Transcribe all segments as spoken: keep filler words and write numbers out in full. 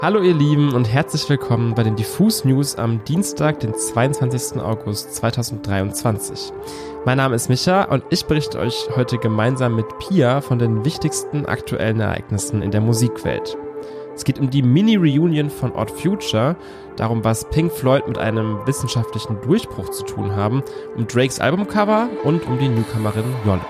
Hallo ihr Lieben und herzlich willkommen bei den Diffus News am Dienstag, den zweiundzwanzigsten August zweitausenddreiundzwanzig. Mein Name ist Micha und ich berichte euch heute gemeinsam mit Pia von den wichtigsten aktuellen Ereignissen in der Musikwelt. Es geht um die Mini-Reunion von Odd Future, darum, was Pink Floyd mit einem wissenschaftlichen Durchbruch zu tun haben, um Drakes Albumcover und um die Newcomerin Jolle.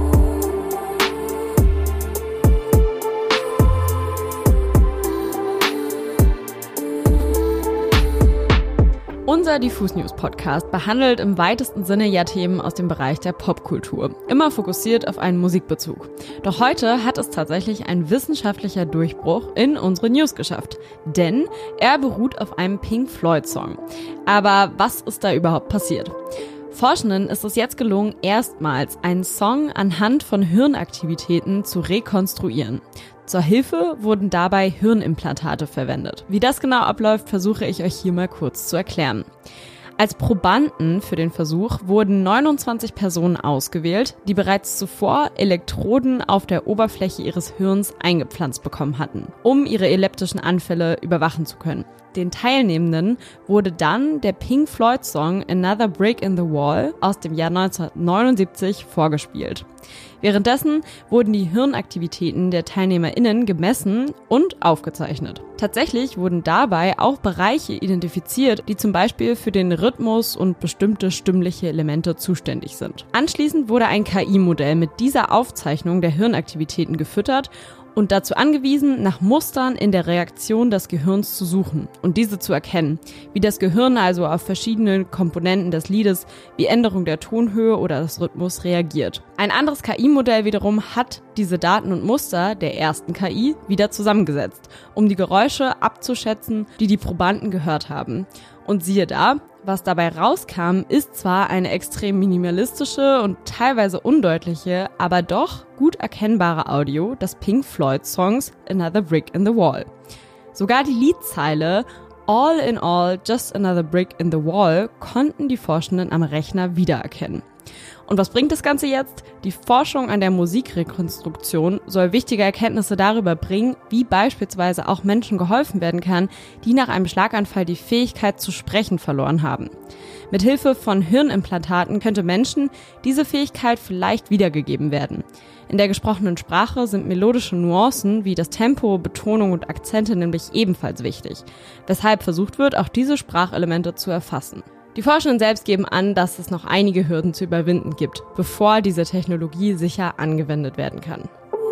Unser Diffus News Podcast behandelt im weitesten Sinne ja Themen aus dem Bereich der Popkultur, immer fokussiert auf einen Musikbezug. Doch heute hat es tatsächlich ein wissenschaftlicher Durchbruch in unsere News geschafft, denn er beruht auf einem Pink Floyd Song. Aber was ist da überhaupt passiert? Forschenden ist es jetzt gelungen, erstmals einen Song anhand von Hirnaktivitäten zu rekonstruieren. Zur Hilfe wurden dabei Hirnimplantate verwendet. Wie das genau abläuft, versuche ich euch hier mal kurz zu erklären. Als Probanden für den Versuch wurden neunundzwanzig Personen ausgewählt, die bereits zuvor Elektroden auf der Oberfläche ihres Hirns eingepflanzt bekommen hatten, um ihre epileptischen Anfälle überwachen zu können. Den Teilnehmenden wurde dann der Pink Floyd Song Another Brick in the Wall aus dem Jahr neunzehnhundertneunundsiebzig vorgespielt. Währenddessen wurden die Hirnaktivitäten der TeilnehmerInnen gemessen und aufgezeichnet. Tatsächlich wurden dabei auch Bereiche identifiziert, die zum Beispiel für den Rhythmus und bestimmte stimmliche Elemente zuständig sind. Anschließend wurde ein K I-Modell mit dieser Aufzeichnung der Hirnaktivitäten gefüttert und dazu angewiesen, nach Mustern in der Reaktion des Gehirns zu suchen und diese zu erkennen, wie das Gehirn also auf verschiedene Komponenten des Liedes wie Änderung der Tonhöhe oder des Rhythmus reagiert. Ein anderes K I-Modell wiederum hat diese Daten und Muster der ersten K I wieder zusammengesetzt, um die Geräusche abzuschätzen, die die Probanden gehört haben. Und siehe da, was dabei rauskam, ist zwar eine extrem minimalistische und teilweise undeutliche, aber doch gut erkennbare Audio des Pink Floyd Songs Another Brick in the Wall. Sogar die Liedzeile All in all, just another brick in the wall konnten die Forschenden am Rechner wiedererkennen. Und was bringt das Ganze jetzt? Die Forschung an der Musikrekonstruktion soll wichtige Erkenntnisse darüber bringen, wie beispielsweise auch Menschen geholfen werden kann, die nach einem Schlaganfall die Fähigkeit zu sprechen verloren haben. Mithilfe von Hirnimplantaten könnte Menschen diese Fähigkeit vielleicht wiedergegeben werden. In der gesprochenen Sprache sind melodische Nuancen wie das Tempo, Betonung und Akzente nämlich ebenfalls wichtig, weshalb versucht wird, auch diese Sprachelemente zu erfassen. Die Forschenden selbst geben an, dass es noch einige Hürden zu überwinden gibt, bevor diese Technologie sicher angewendet werden kann.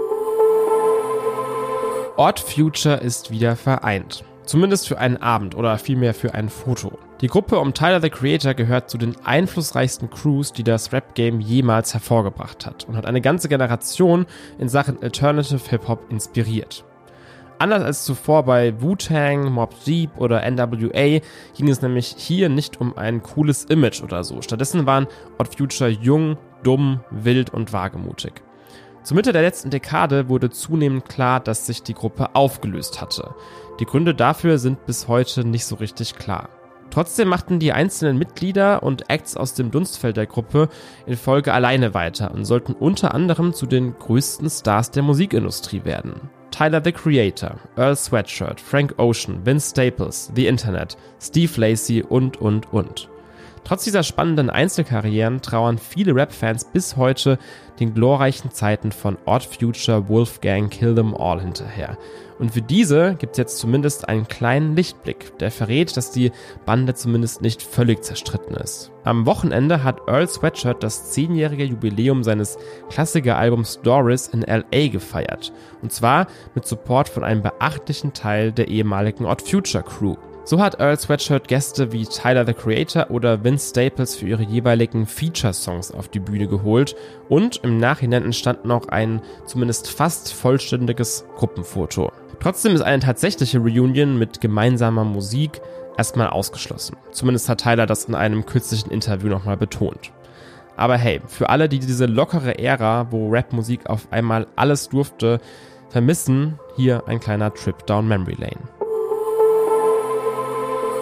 Odd Future ist wieder vereint. Zumindest für einen Abend oder vielmehr für ein Foto. Die Gruppe um Tyler, the Creator, gehört zu den einflussreichsten Crews, die das Rap-Game jemals hervorgebracht hat und hat eine ganze Generation in Sachen Alternative Hip-Hop inspiriert. Anders als zuvor bei Wu-Tang, Mobb Deep oder N W A ging es nämlich hier nicht um ein cooles Image oder so. Stattdessen waren Odd Future jung, dumm, wild und wagemutig. Zur Mitte der letzten Dekade wurde zunehmend klar, dass sich die Gruppe aufgelöst hatte. Die Gründe dafür sind bis heute nicht so richtig klar. Trotzdem machten die einzelnen Mitglieder und Acts aus dem Dunstfeld der Gruppe in Folge alleine weiter und sollten unter anderem zu den größten Stars der Musikindustrie werden. Tyler, the Creator, Earl Sweatshirt, Frank Ocean, Vince Staples, The Internet, Steve Lacy und, und, und. Trotz dieser spannenden Einzelkarrieren trauern viele Rap-Fans bis heute den glorreichen Zeiten von Odd Future, Wolfgang, Kill Them All hinterher. Und für diese gibt es jetzt zumindest einen kleinen Lichtblick, der verrät, dass die Bande zumindest nicht völlig zerstritten ist. Am Wochenende hat Earl Sweatshirt das zehnjährige Jubiläum seines Klassikeralbums Doris in L A gefeiert. Und zwar mit Support von einem beachtlichen Teil der ehemaligen Odd Future Crew. So hat Earl Sweatshirt Gäste wie Tyler, the Creator oder Vince Staples für ihre jeweiligen Feature-Songs auf die Bühne geholt und im Nachhinein entstand noch ein zumindest fast vollständiges Gruppenfoto. Trotzdem ist eine tatsächliche Reunion mit gemeinsamer Musik erstmal ausgeschlossen. Zumindest hat Tyler das in einem kürzlichen Interview nochmal betont. Aber hey, für alle, die diese lockere Ära, wo Rapmusik auf einmal alles durfte, vermissen, hier ein kleiner Trip down Memory Lane.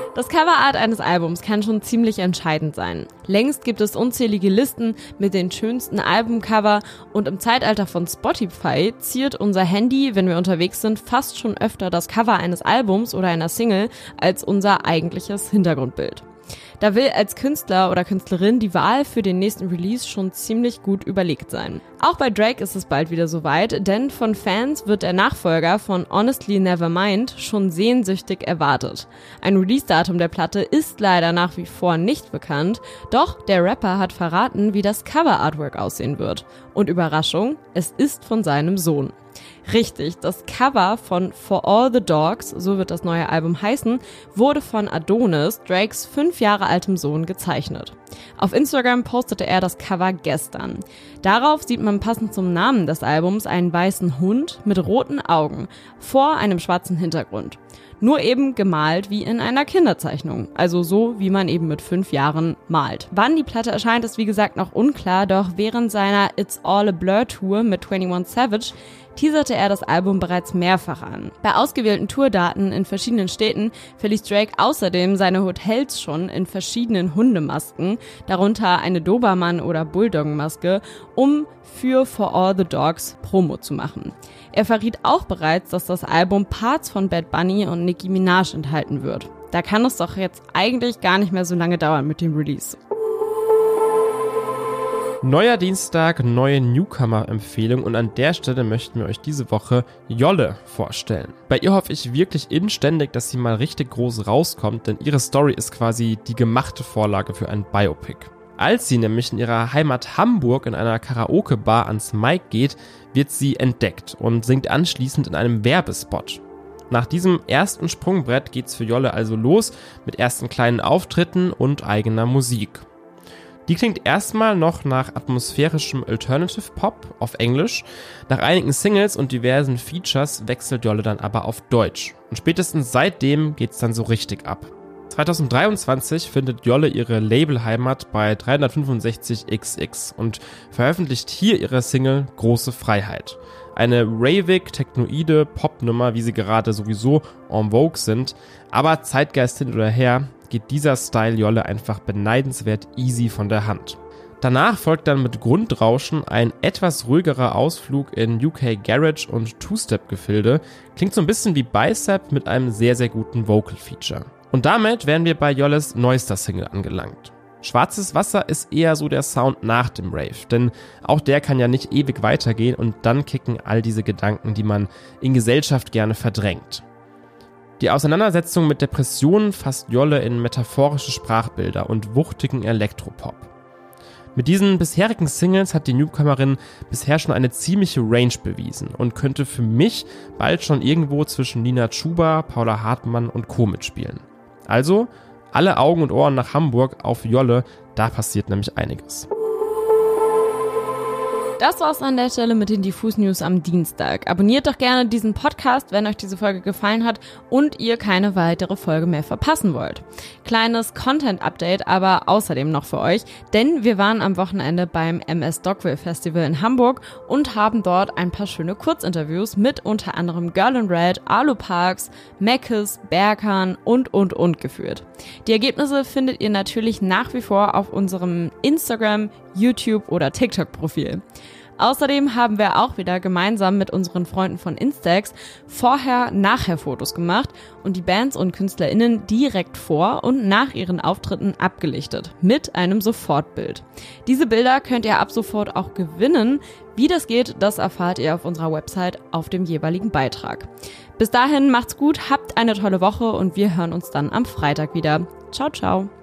Das Coverart eines Albums kann schon ziemlich entscheidend sein. Längst gibt es unzählige Listen mit den schönsten Albumcover und im Zeitalter von Spotify ziert unser Handy, wenn wir unterwegs sind, fast schon öfter das Cover eines Albums oder einer Single als unser eigentliches Hintergrundbild. Da will als Künstler oder Künstlerin die Wahl für den nächsten Release schon ziemlich gut überlegt sein. Auch bei Drake ist es bald wieder soweit, denn von Fans wird der Nachfolger von Honestly Nevermind schon sehnsüchtig erwartet. Ein Release-Datum der Platte ist leider nach wie vor nicht bekannt, doch der Rapper hat verraten, wie das Cover-Artwork aussehen wird. Und Überraschung, es ist von seinem Sohn. Richtig, das Cover von For All the Dogs, so wird das neue Album heißen, wurde von Adonis, Drakes fünf Jahre altem Sohn, gezeichnet. Auf Instagram postete er das Cover gestern. Darauf sieht man passend zum Namen des Albums einen weißen Hund mit roten Augen vor einem schwarzen Hintergrund. Nur eben gemalt wie in einer Kinderzeichnung, also so, wie man eben mit fünf Jahren malt. Wann die Platte erscheint, ist wie gesagt noch unklar, doch während seiner It's All a Blur Tour mit einundzwanzig Savage teaserte er das Album bereits mehrfach an. Bei ausgewählten Tourdaten in verschiedenen Städten verließ Drake außerdem seine Hotels schon in verschiedenen Hundemasken, darunter eine Dobermann- oder Bulldoggenmaske, um für For All the Dogs Promo zu machen. Er verriet auch bereits, dass das Album Parts von Bad Bunny und Nicki Minaj enthalten wird. Da kann es doch jetzt eigentlich gar nicht mehr so lange dauern mit dem Release. Neuer Dienstag, neue Newcomer-Empfehlung und an der Stelle möchten wir euch diese Woche Jolle vorstellen. Bei ihr hoffe ich wirklich inständig, dass sie mal richtig groß rauskommt, denn ihre Story ist quasi die gemachte Vorlage für ein Biopic. Als sie nämlich in ihrer Heimat Hamburg in einer Karaoke-Bar ans Mic geht, wird sie entdeckt und singt anschließend in einem Werbespot. Nach diesem ersten Sprungbrett geht's für Jolle also los mit ersten kleinen Auftritten und eigener Musik. Die klingt erstmal noch nach atmosphärischem Alternative Pop auf Englisch. Nach einigen Singles und diversen Features wechselt Jolle dann aber auf Deutsch. Und spätestens seitdem geht's dann so richtig ab. zwanzig dreiundzwanzig findet Jolle ihre Labelheimat bei dreihundertfünfundsechzig X X und veröffentlicht hier ihre Single Große Freiheit. Eine ravig, technoide Popnummer, wie sie gerade sowieso en vogue sind, aber Zeitgeist hin oder her, geht dieser Style Jolle einfach beneidenswert easy von der Hand. Danach folgt dann mit Grundrauschen ein etwas ruhigerer Ausflug in U K Garage und Two-Step-Gefilde. Klingt so ein bisschen wie Bicep mit einem sehr, sehr guten Vocal-Feature. Und damit wären wir bei Jolles neuester Single angelangt. Schwarzes Wasser ist eher so der Sound nach dem Rave, denn auch der kann ja nicht ewig weitergehen und dann kicken all diese Gedanken, die man in Gesellschaft gerne verdrängt. Die Auseinandersetzung mit Depressionen fasst Jolle in metaphorische Sprachbilder und wuchtigen Elektropop. Mit diesen bisherigen Singles hat die Newcomerin bisher schon eine ziemliche Range bewiesen und könnte für mich bald schon irgendwo zwischen Nina Chuba, Paula Hartmann und Co. mitspielen. Also, alle Augen und Ohren nach Hamburg auf Jolle, da passiert nämlich einiges. Das war's an der Stelle mit den Diffus News am Dienstag. Abonniert doch gerne diesen Podcast, wenn euch diese Folge gefallen hat und ihr keine weitere Folge mehr verpassen wollt. Kleines Content-Update aber außerdem noch für euch, denn wir waren am Wochenende beim M S Dogville Festival in Hamburg und haben dort ein paar schöne Kurzinterviews mit unter anderem Girl in Red, Arlo Parks, Meckes, Berkan und und und geführt. Die Ergebnisse findet ihr natürlich nach wie vor auf unserem Instagram, YouTube oder TikTok-Profil. Außerdem haben wir auch wieder gemeinsam mit unseren Freunden von Instax Vorher-Nachher-Fotos gemacht und die Bands und KünstlerInnen direkt vor und nach ihren Auftritten abgelichtet mit einem Sofortbild. Diese Bilder könnt ihr ab sofort auch gewinnen. Wie das geht, das erfahrt ihr auf unserer Website auf dem jeweiligen Beitrag. Bis dahin macht's gut, habt eine tolle Woche und wir hören uns dann am Freitag wieder. Ciao, ciao.